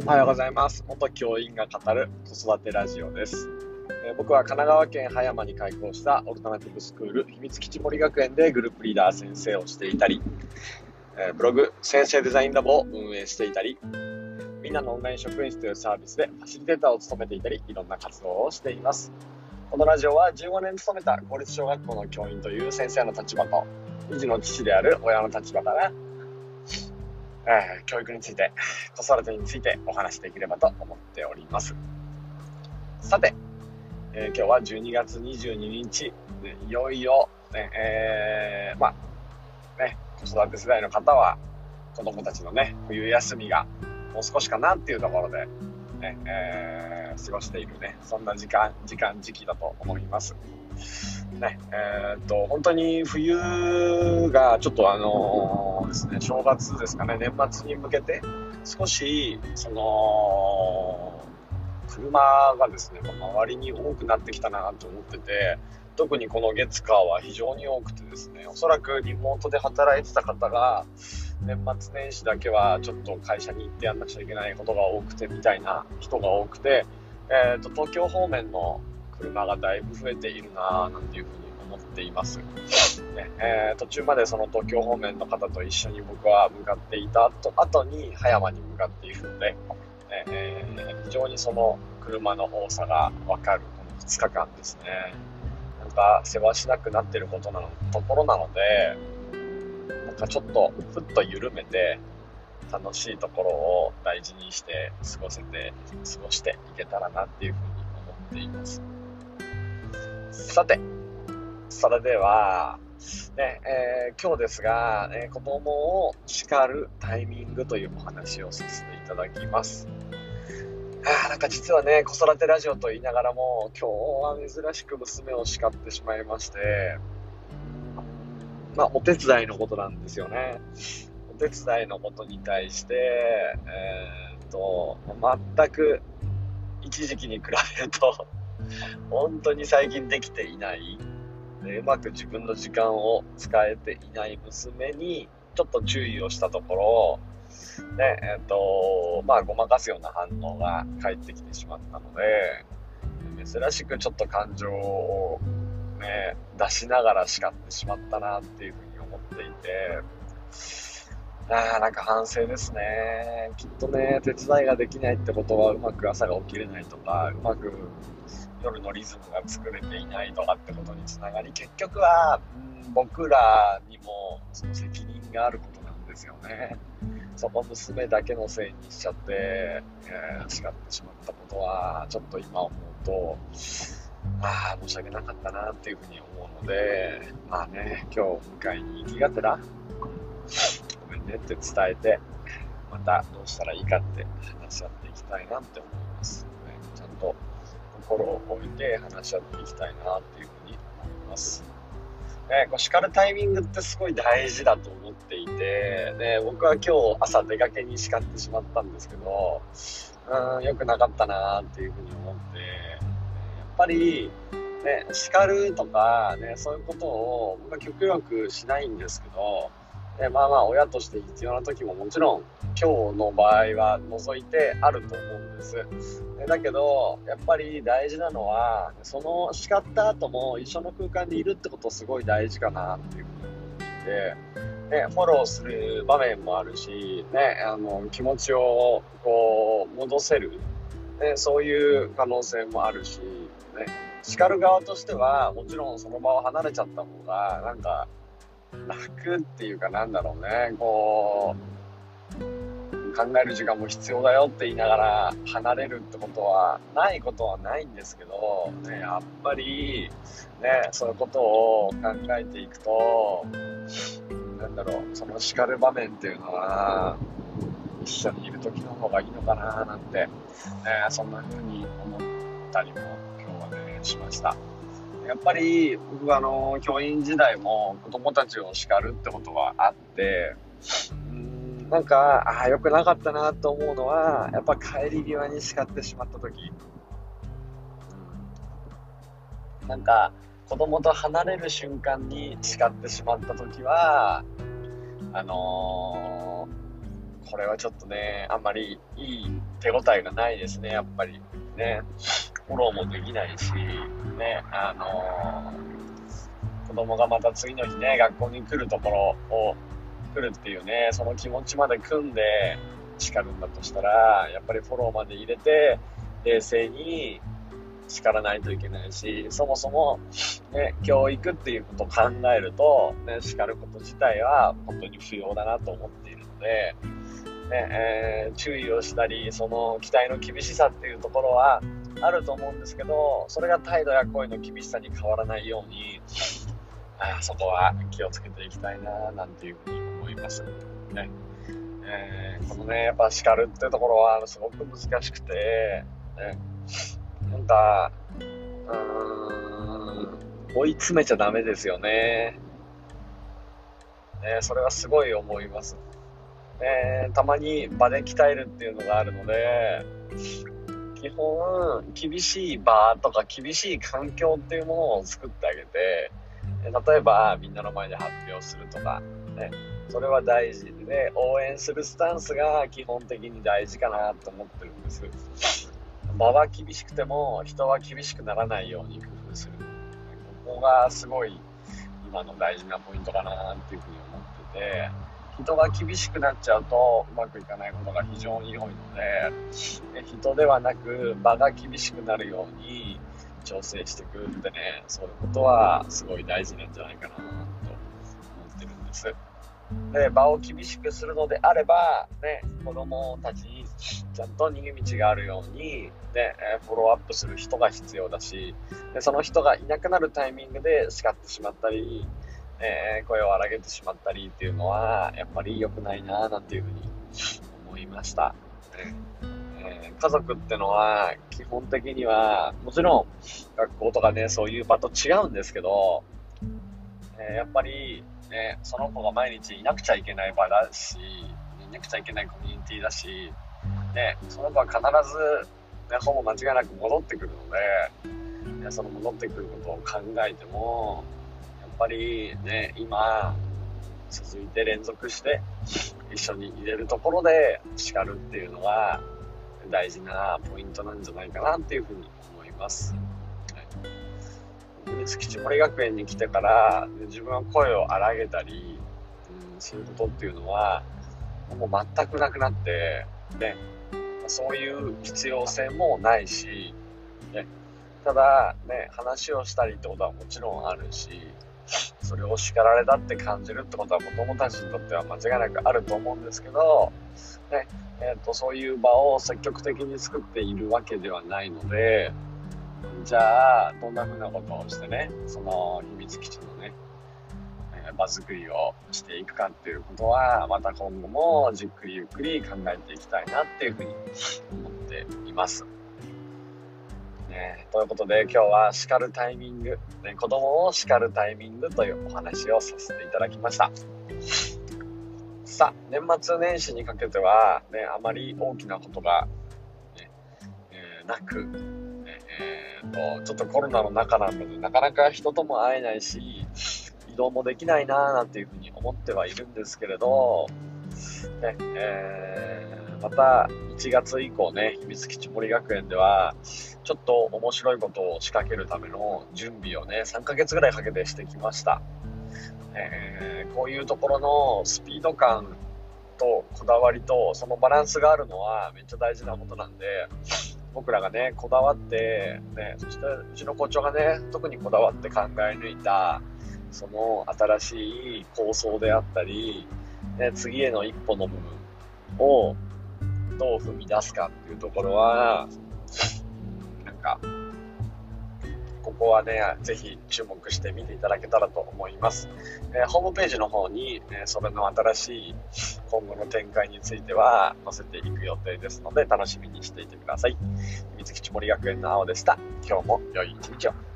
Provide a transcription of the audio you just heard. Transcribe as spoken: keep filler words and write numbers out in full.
おはようございます。元教員が語る子育てラジオです。えー僕は神奈川県葉山に開校したオルタナティブスクール秘密基地森学園でグループリーダー先生をしていたり、えーブログ先生デザインラボを運営していたり、みんなのオンライン職員室というサービスでファシリテーターを務めていたり、いろんな活動をしています。このラジオはじゅうごねん勤めた公立小学校の教員という先生の立場と、二児の父である親の立場からえー、教育について、子育てについてお話しできればと思っております。さて、えー、今日はじゅうにがつにじゅうににち、ね、いよいよ、ねえー、まあね、子育て世代の方は子供たちのね冬休みがもう少しかなっていうところで、ねえー、過ごしているね、そんな時間時間時期だと思います。ねえー、っと本当に冬がちょっとあのー、ですね正月ですかね、年末に向けて少しその車がですね周りに多くなってきたなと思ってて、特にこの月火は非常に多くてですね、おそらくリモートで働いてた方が年末年始だけはちょっと会社に行ってやんなくちゃいけないことが多くてみたいな人が多くて、えー、っと東京方面の車がだいぶ増えているななんていうふうに思っています、ねえー、途中までその東京方面の方と一緒に僕は向かっていた後後に葉山に向かっているので、えー、非常にその車の多さが分かるこのふつかかんですね。なんか世話しなくなっていることなのところなので、なんかちょっとふっと緩めて楽しいところを大事にして過ごせて過ごしていけたらなっていうふうに思っています。さて、それでは、ねえー、今日ですが、えー、子供を叱るタイミングというお話をさせていただきます。あーなんか実はね、子育てラジオと言いながらも、今日は珍しく娘を叱ってしまいまして、まあ、お手伝いのことなんですよね。お手伝いのことに対して、えー、っと、全く一時期に比べると、本当に最近できていない、でうまく自分の時間を使えていない娘にちょっと注意をしたところ、ねえーとまあ、ごまかすような反応が返ってきてしまったので、珍しくちょっと感情を、ね、出しながら叱ってしまったなっていうふうに思っていて、あなんか反省ですね。きっとね、手伝いができないってことはうまく朝が起きれないとか、うまく夜のリズムが作れていないとかってことにつながり、結局は、うん、僕らにもその責任があることなんですよね。そこ娘だけのせいにしちゃって、えー、叱ってしまったことはちょっと今思うと、ああ申し訳なかったなっていうふうに思うので、まあね、今日迎えに行きがてらごめんねって伝えて、またどうしたらいいかって話し合っていきたいなって思います、ね、ちゃんと心を置いて話し合っていきたいなっていうふうに思います。ね、こう叱るタイミングってすごい大事だと思っていて、ね、僕は今日朝出かけに叱ってしまったんですけど、うーん良くなかったなっていうふうに思って、やっぱり、ね、叱るとか、ね、そういうことを僕は極力しないんですけど、ね、まあまあ親として必要な時ももちろん今日の場合は除いてあると思うんです。だけどやっぱり大事なのは、その叱った後も一緒の空間にいるってことすごい大事かなっていうふうに思っていて、ね、フォローする場面もあるし、ね、あの気持ちをこう戻せる、ね、そういう可能性もあるし、ね、叱る側としてはもちろんその場を離れちゃった方がなんか楽っていうか、なんだろうね、こう考える時間も必要だよって言いながら離れるってことはないことはないんですけど、ね、やっぱり、ね、そういうことを考えていくと、なんだろう、その叱る場面っていうのは一緒にいる時の方がいいのかななんて、ね、そんな風に思ったりも今日はねしました。やっぱり僕はあの教員時代も子供たちを叱るってことはあって、うーんなんかあ良くなかったなと思うのは、やっぱ帰り際に叱ってしまった時、うん、なんか子供と離れる瞬間に叱ってしまった時はあのこれはちょっとね、あんまりいい手応えがないですね、やっぱり。ね、フォローもできないし、ね、あのー、子供がまた次の日ね、学校に来るところを来るっていうね、その気持ちまで組んで叱るんだとしたら、やっぱりフォローまで入れて、冷静に叱らないといけないし、そもそも、ね、教育っていうことを考えると、ね、叱ること自体は本当に不要だなと思っているので、ねえー、注意をしたり、その期待の厳しさっていうところはあると思うんですけど、それが態度や声の厳しさに変わらないように、あそこは気をつけていきたいななんていうふうに思います、ねえー、このねやっぱ叱るっていうところはすごく難しくて、ね、なんかうーん追い詰めちゃダメですよね。ね、それはすごい思います。えー、たまに場で鍛えるっていうのがあるので、基本厳しい場とか厳しい環境っていうものを作ってあげて、例えばみんなの前で発表するとか、ね、それは大事で、応援するスタンスが基本的に大事かなと思ってるんです。場は厳しくても人は厳しくならないように工夫する、ここがすごい今の大事なポイントかなっていうふうに思ってて、人が厳しくなっちゃうとうまくいかないことが非常に多いので、人ではなく場が厳しくなるように調整していくってね、そういうことはすごい大事なんじゃないかなと思ってるんです。で、場を厳しくするのであれば、ね、子供たちにちゃんと逃げ道があるように、ね、フォローアップする人が必要だし、でその人がいなくなるタイミングで叱ってしまったり、えー、声を荒げてしまったりっていうのはやっぱり良くないななんていうふうに思いました、えー、家族ってのは基本的にはもちろん学校とかねそういう場と違うんですけど、えー、やっぱり、ね、その子が毎日いなくちゃいけない場だし、いなくちゃいけないコミュニティだし、ね、その子は必ず、ね、ほぼ間違いなく戻ってくるので、ね、その戻ってくることを考えてもやっぱりね、今続いて連続して一緒にいれるところで叱るっていうのが大事なポイントなんじゃないかなっていうふうに思います。秘密基地森学園に来てから自分は声を荒げたり、うん、そういうことっていうのはもう全くなくなって、ね、そういう必要性もないし、ね、ただね話をしたりってことはもちろんあるし、それを叱られたって感じるってことは子供たちにとっては間違いなくあると思うんですけど、ねえー、とそういう場を積極的に作っているわけではないので、じゃあどんな風なことをしてねその秘密基地のね、えー、場作りをしていくかっていうことはまた今後もじっくりゆっくり考えていきたいなっていうふうに思っています。ね、ということで今日は叱るタイミング、ね、子供を叱るタイミングというお話をさせていただきました。さあ年末年始にかけては、ね、あまり大きなことが、ねえー、なく、ねえー、とちょっとコロナの中なのでなかなか人とも会えないし移動もできないななんていうふうに思ってはいるんですけれど、ねえー、またいちがつ以降ね秘密基地森学園ではちょっと面白いことを仕掛けるための準備をねさんかげつぐらいかけてしてきました、えー、こういうところのスピード感とこだわりとそのバランスがあるのはめっちゃ大事なことなんで、僕らがねこだわって、ね、そしてうちの校長がね特にこだわって考え抜いたその新しい構想であったり、ね、次への一歩の部分をどう踏み出すかっていうところはなんかここはねぜひ注目して見ていただけたらと思います、えー、ホームページの方に、えー、それの新しい今後の展開については載せていく予定ですので楽しみにしていてください。秘密基地森学園の青でした。今日も良い一日を。